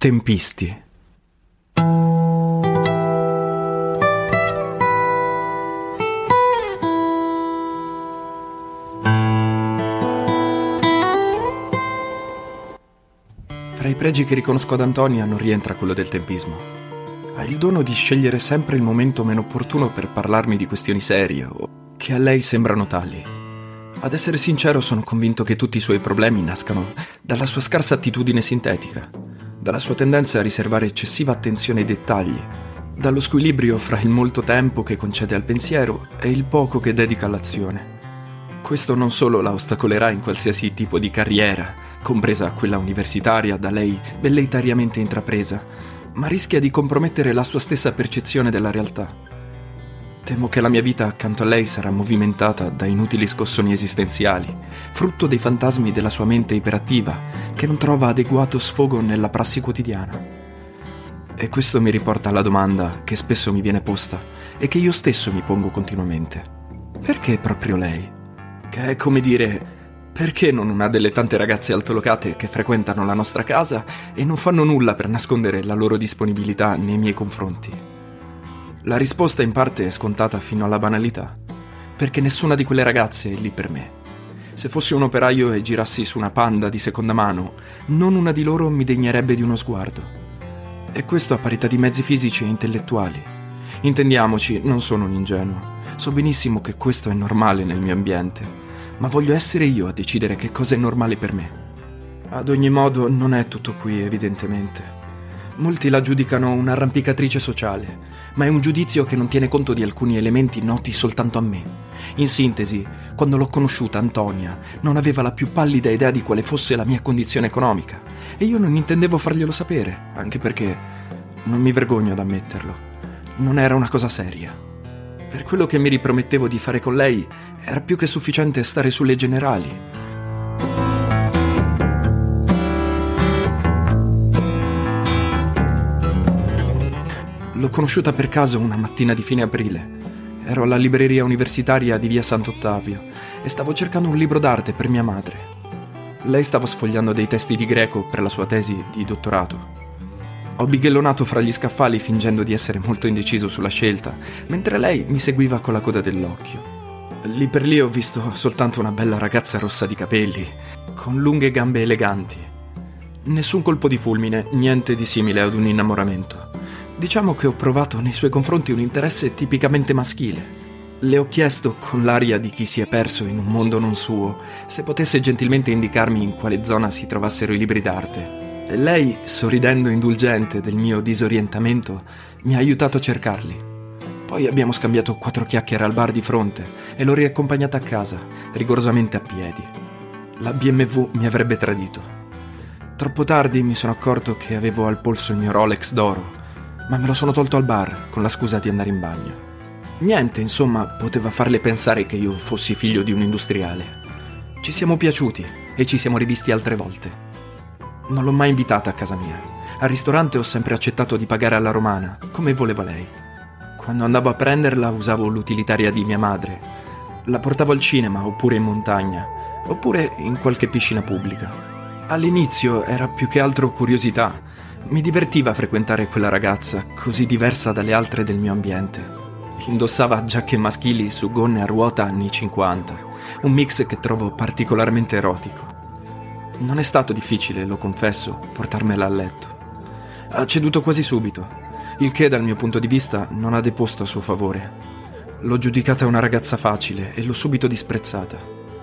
Tempisti. Fra i pregi che riconosco ad Antonia non rientra quello del tempismo. Ha il dono di scegliere sempre il momento meno opportuno per parlarmi di questioni serie o che a lei sembrano tali. Ad essere sincero, sono convinto che tutti i suoi problemi nascano dalla sua scarsa attitudine sintetica, dalla sua tendenza a riservare eccessiva attenzione ai dettagli, dallo squilibrio fra il molto tempo che concede al pensiero e il poco che dedica all'azione. Questo non solo la ostacolerà in qualsiasi tipo di carriera, compresa quella universitaria da lei velleitariamente intrapresa, ma rischia di compromettere la sua stessa percezione della realtà. Temo che la mia vita accanto a lei sarà movimentata da inutili scossoni esistenziali, frutto dei fantasmi della sua mente iperattiva, che non trova adeguato sfogo nella prassi quotidiana. E questo mi riporta alla domanda che spesso mi viene posta e che io stesso mi pongo continuamente. Perché proprio lei? Che è come dire, perché non una delle tante ragazze altolocate che frequentano la nostra casa e non fanno nulla per nascondere la loro disponibilità nei miei confronti? La risposta in parte è scontata fino alla banalità, perché nessuna di quelle ragazze è lì per me. Se fossi un operaio e girassi su una Panda di seconda mano, non una di loro mi degnerebbe di uno sguardo. E questo a parità di mezzi fisici e intellettuali. Intendiamoci, non sono un ingenuo. So benissimo che questo è normale nel mio ambiente, ma voglio essere io a decidere che cosa è normale per me. Ad ogni modo, non è tutto qui, evidentemente. Molti la giudicano un'arrampicatrice sociale, ma è un giudizio che non tiene conto di alcuni elementi noti soltanto a me. In sintesi, quando l'ho conosciuta, Antonia non aveva la più pallida idea di quale fosse la mia condizione economica, e io non intendevo farglielo sapere, anche perché, non mi vergogno ad ammetterlo, non era una cosa seria. Per quello che mi ripromettevo di fare con lei, era più che sufficiente stare sulle generali. L'ho conosciuta per caso una mattina di fine aprile. Ero alla libreria universitaria di via Sant'Ottavio e stavo cercando un libro d'arte per mia madre. Lei stava sfogliando dei testi di greco per la sua tesi di dottorato. Ho bighellonnato fra gli scaffali fingendo di essere molto indeciso sulla scelta, mentre lei mi seguiva con la coda dell'occhio. Lì per lì ho visto soltanto una bella ragazza rossa di capelli, con lunghe gambe eleganti. Nessun colpo di fulmine, niente di simile ad un innamoramento. Diciamo che ho provato nei suoi confronti un interesse tipicamente maschile. Le ho chiesto, con l'aria di chi si è perso in un mondo non suo, se potesse gentilmente indicarmi in quale zona si trovassero i libri d'arte. E lei, sorridendo indulgente del mio disorientamento, mi ha aiutato a cercarli. Poi abbiamo scambiato 4 chiacchiere al bar di fronte e l'ho riaccompagnata a casa, rigorosamente a piedi. La BMW mi avrebbe tradito. Troppo tardi mi sono accorto che avevo al polso il mio Rolex d'oro, ma me lo sono tolto al bar con la scusa di andare in bagno. Niente, insomma, poteva farle pensare che io fossi figlio di un industriale. Ci siamo piaciuti e ci siamo rivisti altre volte. Non l'ho mai invitata a casa mia. Al ristorante ho sempre accettato di pagare alla romana, come voleva lei. Quando andavo a prenderla usavo l'utilitaria di mia madre. La portavo al cinema oppure in montagna, oppure in qualche piscina pubblica. All'inizio era più che altro curiosità. Mi divertiva frequentare quella ragazza, così diversa dalle altre del mio ambiente. Indossava giacche maschili su gonne a ruota anni 50, un mix che trovo particolarmente erotico. Non è stato difficile, lo confesso, portarmela a letto. Ha ceduto quasi subito, il che dal mio punto di vista non ha deposto a suo favore. L'ho giudicata una ragazza facile e l'ho subito disprezzata.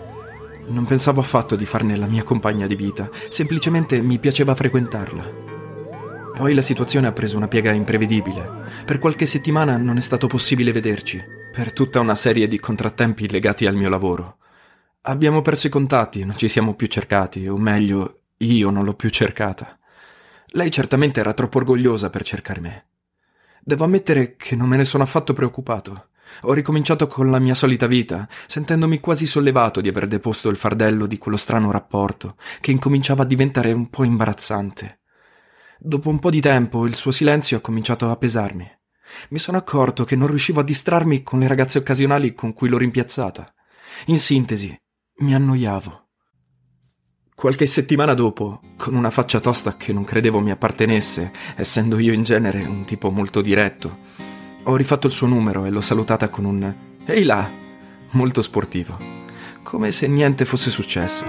Non pensavo affatto di farne la mia compagna di vita, semplicemente mi piaceva frequentarla. Poi la situazione ha preso una piega imprevedibile. Per qualche settimana non è stato possibile vederci, per tutta una serie di contrattempi legati al mio lavoro. Abbiamo perso i contatti, non ci siamo più cercati, o meglio, io non l'ho più cercata. Lei certamente era troppo orgogliosa per cercare me. Devo ammettere che non me ne sono affatto preoccupato. Ho ricominciato con la mia solita vita, sentendomi quasi sollevato di aver deposto il fardello di quello strano rapporto, che incominciava a diventare un po' imbarazzante. Dopo un po' di tempo il suo silenzio ha cominciato a pesarmi. Mi sono accorto che non riuscivo a distrarmi con le ragazze occasionali con cui l'ho rimpiazzata. In sintesi, mi annoiavo. Qualche settimana dopo, con una faccia tosta che non credevo mi appartenesse, essendo io in genere un tipo molto diretto, ho rifatto il suo numero e l'ho salutata con un «Ehi là!», molto sportivo, come se niente fosse successo.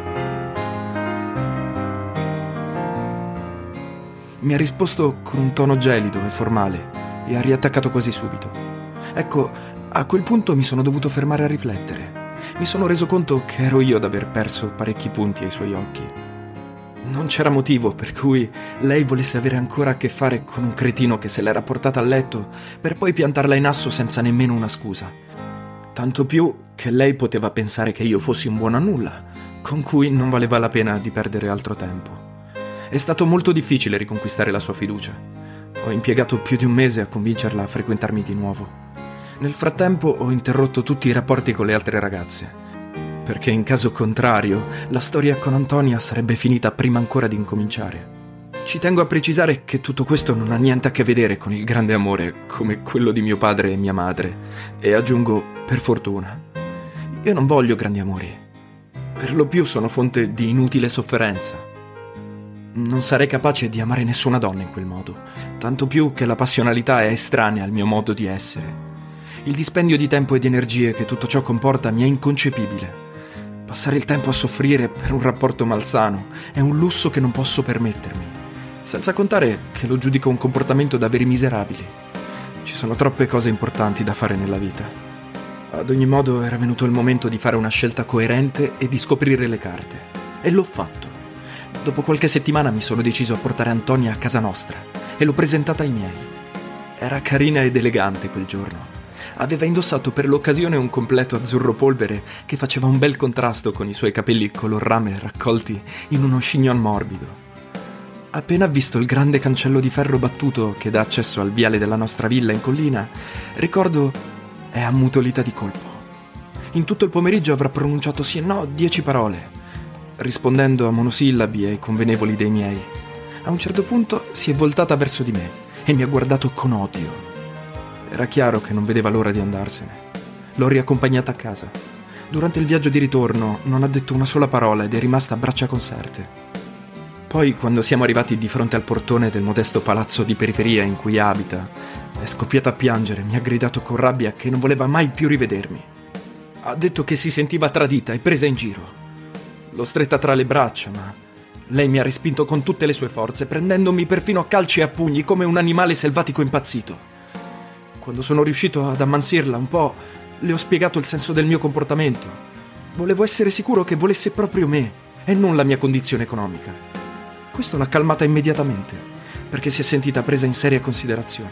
Mi ha risposto con un tono gelido e formale e ha riattaccato quasi subito. Ecco, a quel punto mi sono dovuto fermare a riflettere. Mi sono reso conto che ero io ad aver perso parecchi punti ai suoi occhi. Non c'era motivo per cui lei volesse avere ancora a che fare con un cretino che se l'era portata a letto per poi piantarla in asso senza nemmeno una scusa. Tanto più che lei poteva pensare che io fossi un buono a nulla, con cui non valeva la pena di perdere altro tempo. È stato molto difficile riconquistare la sua fiducia. Ho impiegato più di un mese a convincerla a frequentarmi di nuovo. Nel frattempo ho interrotto tutti i rapporti con le altre ragazze, perché in caso contrario la storia con Antonia sarebbe finita prima ancora di incominciare. Ci tengo a precisare che tutto questo non ha niente a che vedere con il grande amore come quello di mio padre e mia madre, e aggiungo per fortuna. Io non voglio grandi amori, per lo più sono fonte di inutile sofferenza. Non sarei capace di amare nessuna donna in quel modo, tanto più che la passionalità è estranea al mio modo di essere. Il dispendio di tempo e di energie che tutto ciò comporta mi è inconcepibile. Passare il tempo a soffrire per un rapporto malsano è un lusso che non posso permettermi, senza contare che lo giudico un comportamento da veri miserabili. Ci sono troppe cose importanti da fare nella vita. Ad ogni modo era venuto il momento di fare una scelta coerente e di scoprire le carte. E l'ho fatto. Dopo qualche settimana mi sono deciso a portare Antonia a casa nostra e l'ho presentata ai miei. Era carina ed elegante quel giorno. Aveva indossato per l'occasione un completo azzurro polvere che faceva un bel contrasto con i suoi capelli color rame raccolti in uno chignon morbido. Appena visto il grande cancello di ferro battuto che dà accesso al viale della nostra villa in collina, ricordo è ammutolita di colpo. In tutto il pomeriggio avrà pronunciato sì e no 10 parole, rispondendo a monosillabi e convenevoli dei miei. A un certo punto si è voltata verso di me e mi ha guardato con odio. Era chiaro che non vedeva l'ora di andarsene. L'ho riaccompagnata a casa. Durante il viaggio di ritorno non ha detto una sola parola ed è rimasta a braccia conserte. Poi, quando siamo arrivati di fronte al portone del modesto palazzo di periferia in cui abita, è scoppiata a piangere, mi ha gridato con rabbia che non voleva mai più rivedermi. Ha detto che si sentiva tradita e presa in giro. L'ho stretta tra le braccia, ma lei mi ha respinto con tutte le sue forze, prendendomi perfino a calci e a pugni come un animale selvatico impazzito. Quando sono riuscito ad ammansirla un po', le ho spiegato il senso del mio comportamento. Volevo essere sicuro che volesse proprio me e non la mia condizione economica. Questo l'ha calmata immediatamente, perché si è sentita presa in seria considerazione.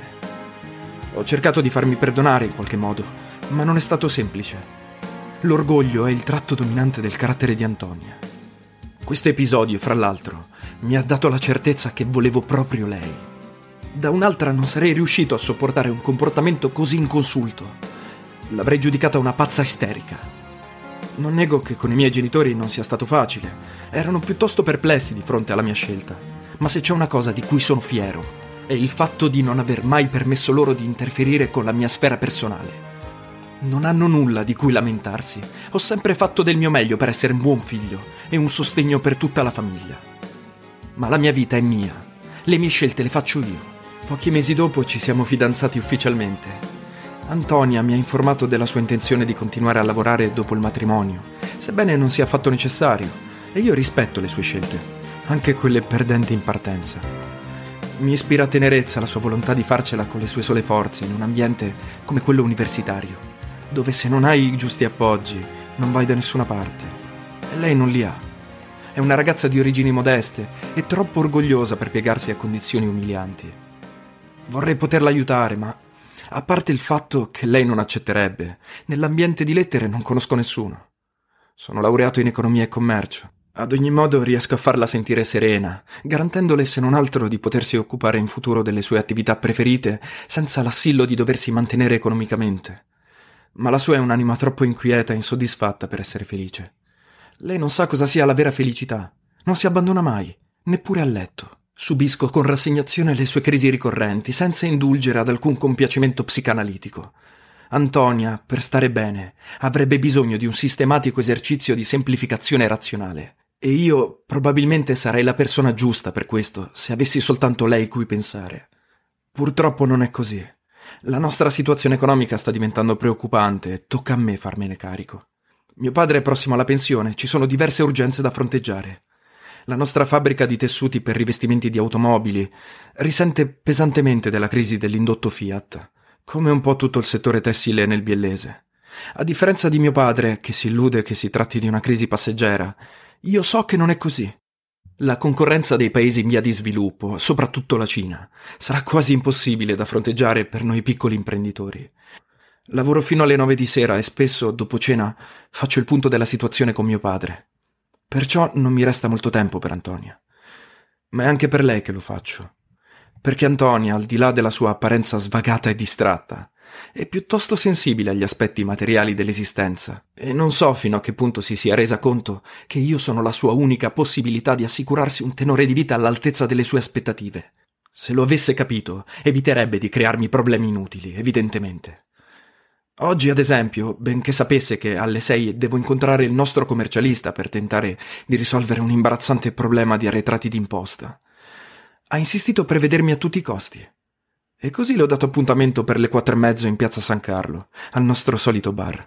Ho cercato di farmi perdonare in qualche modo, ma non è stato semplice. L'orgoglio è il tratto dominante del carattere di Antonia. Questo episodio, fra l'altro, mi ha dato la certezza che volevo proprio lei. Da un'altra non sarei riuscito a sopportare un comportamento così inconsulto. L'avrei giudicata una pazza isterica. Non nego che con i miei genitori non sia stato facile. Erano piuttosto perplessi di fronte alla mia scelta. Ma se c'è una cosa di cui sono fiero, è il fatto di non aver mai permesso loro di interferire con la mia sfera personale. Non hanno nulla di cui lamentarsi. Ho sempre fatto del mio meglio per essere un buon figlio e un sostegno per tutta la famiglia. Ma la mia vita è mia. Le mie scelte le faccio io. Pochi mesi dopo ci siamo fidanzati ufficialmente. Antonia mi ha informato della sua intenzione di continuare a lavorare dopo il matrimonio, sebbene non sia affatto necessario, e io rispetto le sue scelte, anche quelle perdenti in partenza. Mi ispira tenerezza la sua volontà di farcela con le sue sole forze in un ambiente come quello universitario, dove se non hai i giusti appoggi non vai da nessuna parte. E lei non li ha. È una ragazza di origini modeste e troppo orgogliosa per piegarsi a condizioni umilianti. Vorrei poterla aiutare, ma a parte il fatto che lei non accetterebbe, nell'ambiente di lettere non conosco nessuno. Sono laureato in economia e commercio. Ad ogni modo riesco a farla sentire serena, garantendole se non altro di potersi occupare in futuro delle sue attività preferite senza l'assillo di doversi mantenere economicamente. Ma la sua è un'anima troppo inquieta e insoddisfatta per essere felice. Lei non sa cosa sia la vera felicità. Non si abbandona mai, neppure a letto. Subisco con rassegnazione le sue crisi ricorrenti, senza indulgere ad alcun compiacimento psicanalitico. Antonia, per stare bene, avrebbe bisogno di un sistematico esercizio di semplificazione razionale. E io probabilmente sarei la persona giusta per questo, se avessi soltanto lei cui pensare. Purtroppo non è così. La nostra situazione economica sta diventando preoccupante e tocca a me farmene carico. Mio padre è prossimo alla pensione, ci sono diverse urgenze da fronteggiare. La nostra fabbrica di tessuti per rivestimenti di automobili risente pesantemente della crisi dell'indotto Fiat, come un po' tutto il settore tessile nel biellese. A differenza di mio padre, che si illude che si tratti di una crisi passeggera, io so che non è così. La concorrenza dei paesi in via di sviluppo, soprattutto la Cina, sarà quasi impossibile da fronteggiare per noi piccoli imprenditori. Lavoro fino alle 9 di sera e spesso, dopo cena, faccio il punto della situazione con mio padre. Perciò non mi resta molto tempo per Antonia. Ma è anche per lei che lo faccio. Perché Antonia, al di là della sua apparenza svagata e distratta, è piuttosto sensibile agli aspetti materiali dell'esistenza e non so fino a che punto si sia resa conto che io sono la sua unica possibilità di assicurarsi un tenore di vita all'altezza delle sue aspettative. Se lo avesse capito, eviterebbe di crearmi problemi inutili, evidentemente. Oggi, ad esempio, benché sapesse che alle 6 devo incontrare il nostro commercialista per tentare di risolvere un imbarazzante problema di arretrati d'imposta, ha insistito per vedermi a tutti i costi. E così le ho dato appuntamento per le 4:30 in piazza San Carlo, al nostro solito bar.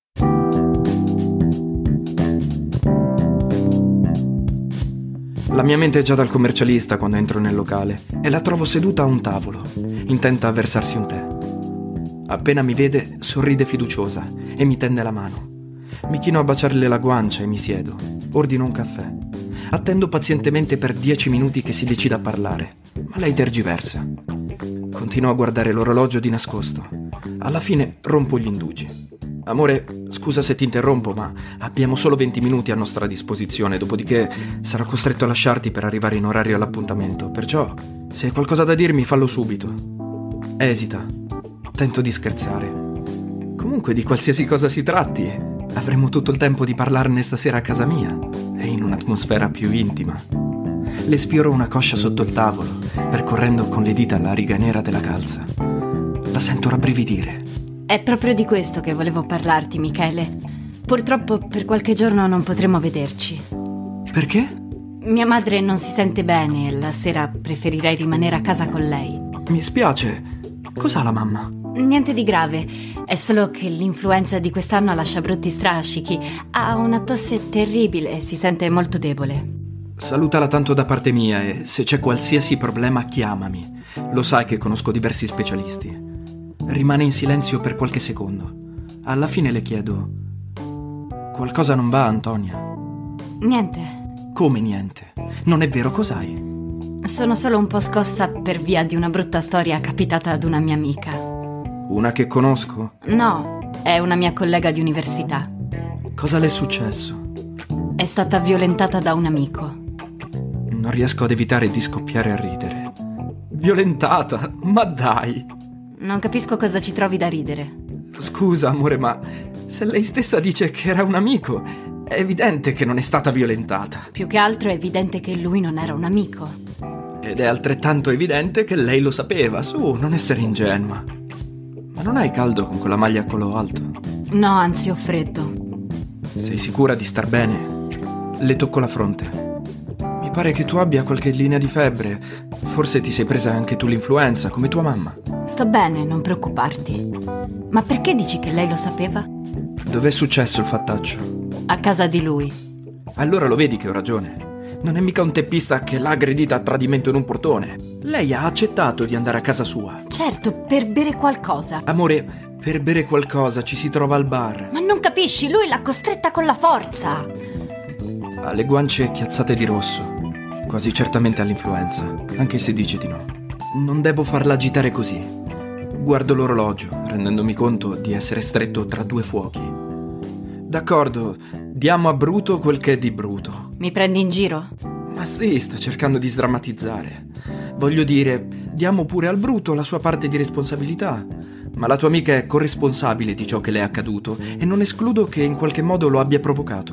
La mia mente è già dal commercialista quando entro nel locale e la trovo seduta a un tavolo, intenta a versarsi un tè. Appena mi vede, sorride fiduciosa e mi tende la mano. Mi chino a baciarle la guancia e mi siedo. Ordino un caffè. Attendo pazientemente per 10 minuti che si decida a parlare, ma lei tergiversa. Continuo a guardare l'orologio di nascosto. Alla fine rompo gli indugi. Amore, scusa se ti interrompo, ma abbiamo solo 20 minuti a nostra disposizione, dopodiché sarò costretto a lasciarti per arrivare in orario all'appuntamento. Perciò, se hai qualcosa da dirmi, fallo subito. Esita. Tento di scherzare. Comunque, di qualsiasi cosa si tratti, avremo tutto il tempo di parlarne stasera a casa mia e in un'atmosfera più intima. Le sfioro una coscia sotto il tavolo, percorrendo con le dita la riga nera della calza. La sento rabbrividire. È proprio di questo che volevo parlarti, Michele. Purtroppo per qualche giorno non potremo vederci. Perché? Mia madre non si sente bene e la sera preferirei rimanere a casa con lei. Mi spiace. Cos'ha la mamma? Niente di grave, è solo che l'influenza di quest'anno lascia brutti strascichi. Ha una tosse terribile e si sente molto debole. Salutala tanto da parte mia e se c'è qualsiasi problema chiamami. Lo sai che conosco diversi specialisti. Rimane in silenzio per qualche secondo. Alla fine le chiedo: qualcosa non va, Antonia? Niente. Come niente? Non è vero, cos'hai? Sono solo un po' scossa per via di una brutta storia capitata ad una mia amica. Una che conosco? No, è una mia collega di università. Cosa le è successo? È stata violentata da un amico. Non riesco ad evitare di scoppiare a ridere. Violentata? Ma dai! Non capisco cosa ci trovi da ridere. Scusa, amore, ma se lei stessa dice che era un amico, è evidente che non è stata violentata. Più che altro è evidente che lui non era un amico. Ed è altrettanto evidente che lei lo sapeva. Su, non essere ingenua. Ma non hai caldo con quella maglia a collo alto? No, anzi ho freddo. Sei sicura di star bene? Le tocco la fronte. Mi pare che tu abbia qualche linea di febbre. Forse ti sei presa anche tu l'influenza, come tua mamma. Sto bene, non preoccuparti. Ma perché dici che lei lo sapeva? Dov'è successo il fattaccio? A casa di lui. Allora lo vedi che ho ragione. Non è mica un teppista che l'ha aggredita a tradimento in un portone. Lei ha accettato di andare a casa sua. Certo, per bere qualcosa. Amore, per bere qualcosa ci si trova al bar. Ma non capisci, lui l'ha costretta con la forza. Ha le guance chiazzate di rosso. Quasi certamente all'influenza, anche se dice di no. Non devo farla agitare così. Guardo l'orologio, rendendomi conto di essere stretto tra due fuochi. D'accordo, diamo a Bruto quel che è di Bruto. Mi prendi in giro? Ma sì, sto cercando di sdrammatizzare. Voglio dire, diamo pure al Bruto la sua parte di responsabilità. Ma la tua amica è corresponsabile di ciò che le è accaduto e non escludo che in qualche modo lo abbia provocato.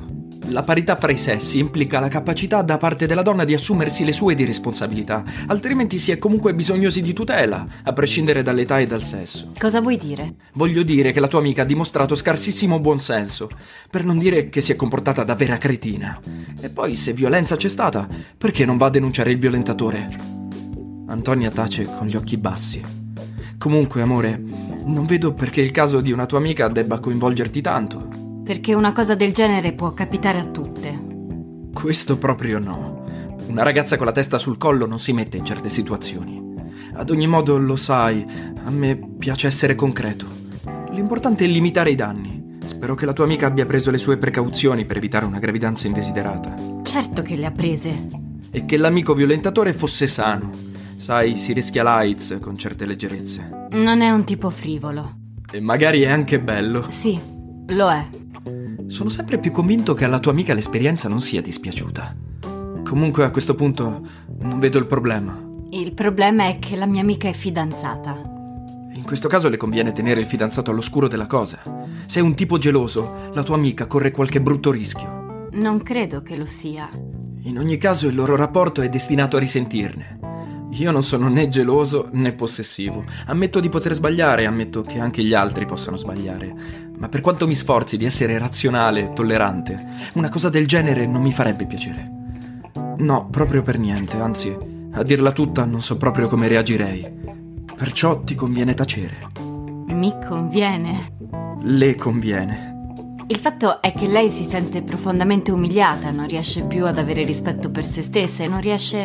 La parità fra i sessi implica la capacità da parte della donna di assumersi le sue di responsabilità, altrimenti si è comunque bisognosi di tutela, a prescindere dall'età e dal sesso. Cosa vuoi dire? Voglio dire che la tua amica ha dimostrato scarsissimo buonsenso, per non dire che si è comportata da vera cretina. E poi, se violenza c'è stata, perché non va a denunciare il violentatore? Antonia tace con gli occhi bassi. Comunque, amore, non vedo perché il caso di una tua amica debba coinvolgerti tanto. Perché una cosa del genere può capitare a tutte. Questo proprio no. Una ragazza con la testa sul collo non si mette in certe situazioni. Ad ogni modo, lo sai, a me piace essere concreto. L'importante è limitare i danni. Spero che la tua amica abbia preso le sue precauzioni per evitare una gravidanza indesiderata. Certo che le ha prese. E che l'amico violentatore fosse sano. Sai, si rischia l'AIDS con certe leggerezze. Non è un tipo frivolo. E magari è anche bello. Sì, lo è. Sono sempre più convinto che alla tua amica l'esperienza non sia dispiaciuta. Comunque a questo punto non vedo il problema. Il problema è che la mia amica è fidanzata. In questo caso le conviene tenere il fidanzato all'oscuro della cosa. Se è un tipo geloso, la tua amica corre qualche brutto rischio. Non credo che lo sia. In ogni caso il loro rapporto è destinato a risentirne. Io non sono né geloso né possessivo. Ammetto di poter sbagliare, ammetto che anche gli altri possano sbagliare. Ma per quanto mi sforzi di essere razionale e tollerante, una cosa del genere non mi farebbe piacere. No, proprio per niente, anzi, a dirla tutta non so proprio come reagirei. Perciò ti conviene tacere. Mi conviene. Le conviene. Il fatto è che lei si sente profondamente umiliata, non riesce più ad avere rispetto per se stessa e non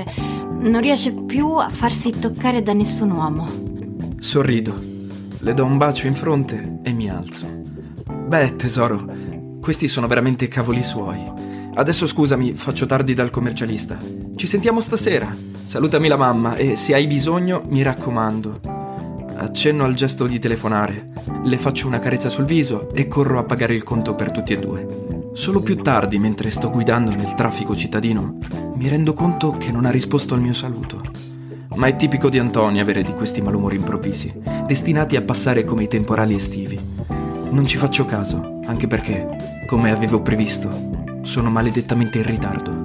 riesce più a farsi toccare da nessun uomo. Sorrido, le do un bacio in fronte e mi alzo. Beh, tesoro, questi sono veramente cavoli suoi. Adesso scusami, faccio tardi dal commercialista. Ci sentiamo stasera. Salutami la mamma e se hai bisogno, mi raccomando. Accenno al gesto di telefonare, le faccio una carezza sul viso e corro a pagare il conto per tutti e due. Solo più tardi, mentre sto guidando nel traffico cittadino, mi rendo conto che non ha risposto al mio saluto. Ma è tipico di Antonia avere di questi malumori improvvisi, destinati a passare come i temporali estivi. Non ci faccio caso, anche perché, come avevo previsto, sono maledettamente in ritardo.